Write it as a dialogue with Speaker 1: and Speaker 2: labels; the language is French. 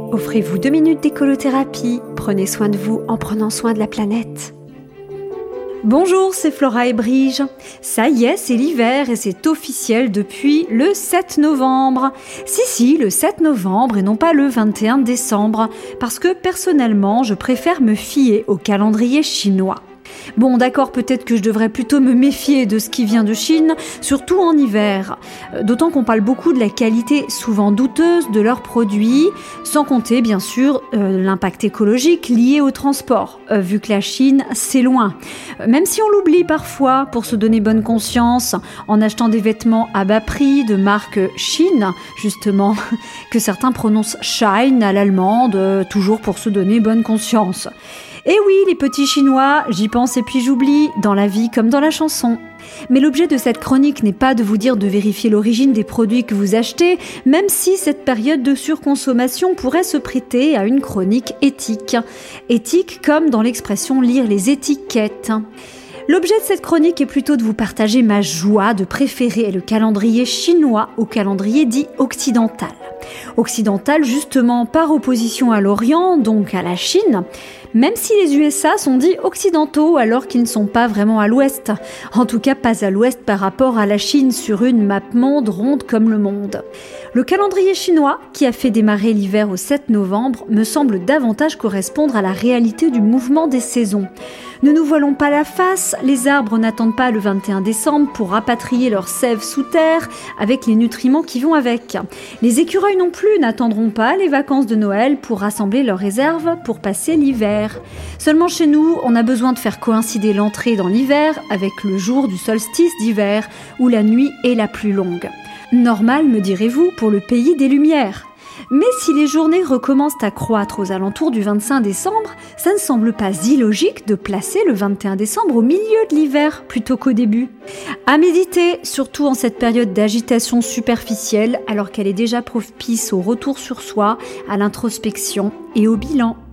Speaker 1: Offrez-vous 2 minutes d'écolothérapie. Prenez soin de vous en prenant soin de la planète. Bonjour, c'est Flora et Brige. Ça y est, c'est l'hiver et c'est officiel depuis le 7 novembre. Si, le 7 novembre et non pas le 21 décembre, parce que personnellement, je préfère me fier au calendrier chinois. Bon, d'accord, peut-être que je devrais plutôt me méfier de ce qui vient de Chine, surtout en hiver. D'autant qu'on parle beaucoup de la qualité souvent douteuse de leurs produits, sans compter bien sûr l'impact écologique lié au transport, vu que la Chine, c'est loin. Même si on l'oublie parfois pour se donner bonne conscience en achetant des vêtements à bas prix de marque Chine, justement, que certains prononcent Shine à l'allemande, toujours pour se donner bonne conscience. Et oui, les petits Chinois, j'y pense et puis j'oublie, dans la vie comme dans la chanson. Mais l'objet de cette chronique n'est pas de vous dire de vérifier l'origine des produits que vous achetez, même si cette période de surconsommation pourrait se prêter à une chronique éthique. Éthique comme dans l'expression lire les étiquettes. L'objet de cette chronique est plutôt de vous partager ma joie de préférer le calendrier chinois au calendrier dit occidental. Occidental justement par opposition à l'Orient, donc à la Chine, même si les USA sont dits occidentaux alors qu'ils ne sont pas vraiment à l'ouest. En tout cas pas à l'ouest par rapport à la Chine sur une map monde ronde comme le monde. Le calendrier chinois, qui a fait démarrer l'hiver au 7 novembre, me semble davantage correspondre à la réalité du mouvement des saisons. Ne nous voilons pas la face, les arbres n'attendent pas le 21 décembre pour rapatrier leurs sève sous terre avec les nutriments qui vont avec. Les écureuils non plus n'attendront pas les vacances de Noël pour rassembler leurs réserves pour passer l'hiver. Seulement chez nous, on a besoin de faire coïncider l'entrée dans l'hiver avec le jour du solstice d'hiver où la nuit est la plus longue. Normal, me direz-vous, pour le pays des Lumières. Mais si les journées recommencent à croître aux alentours du 25 décembre, ça ne semble pas illogique de placer le 21 décembre au milieu de l'hiver plutôt qu'au début. À méditer, surtout en cette période d'agitation superficielle, alors qu'elle est déjà propice au retour sur soi, à l'introspection et au bilan.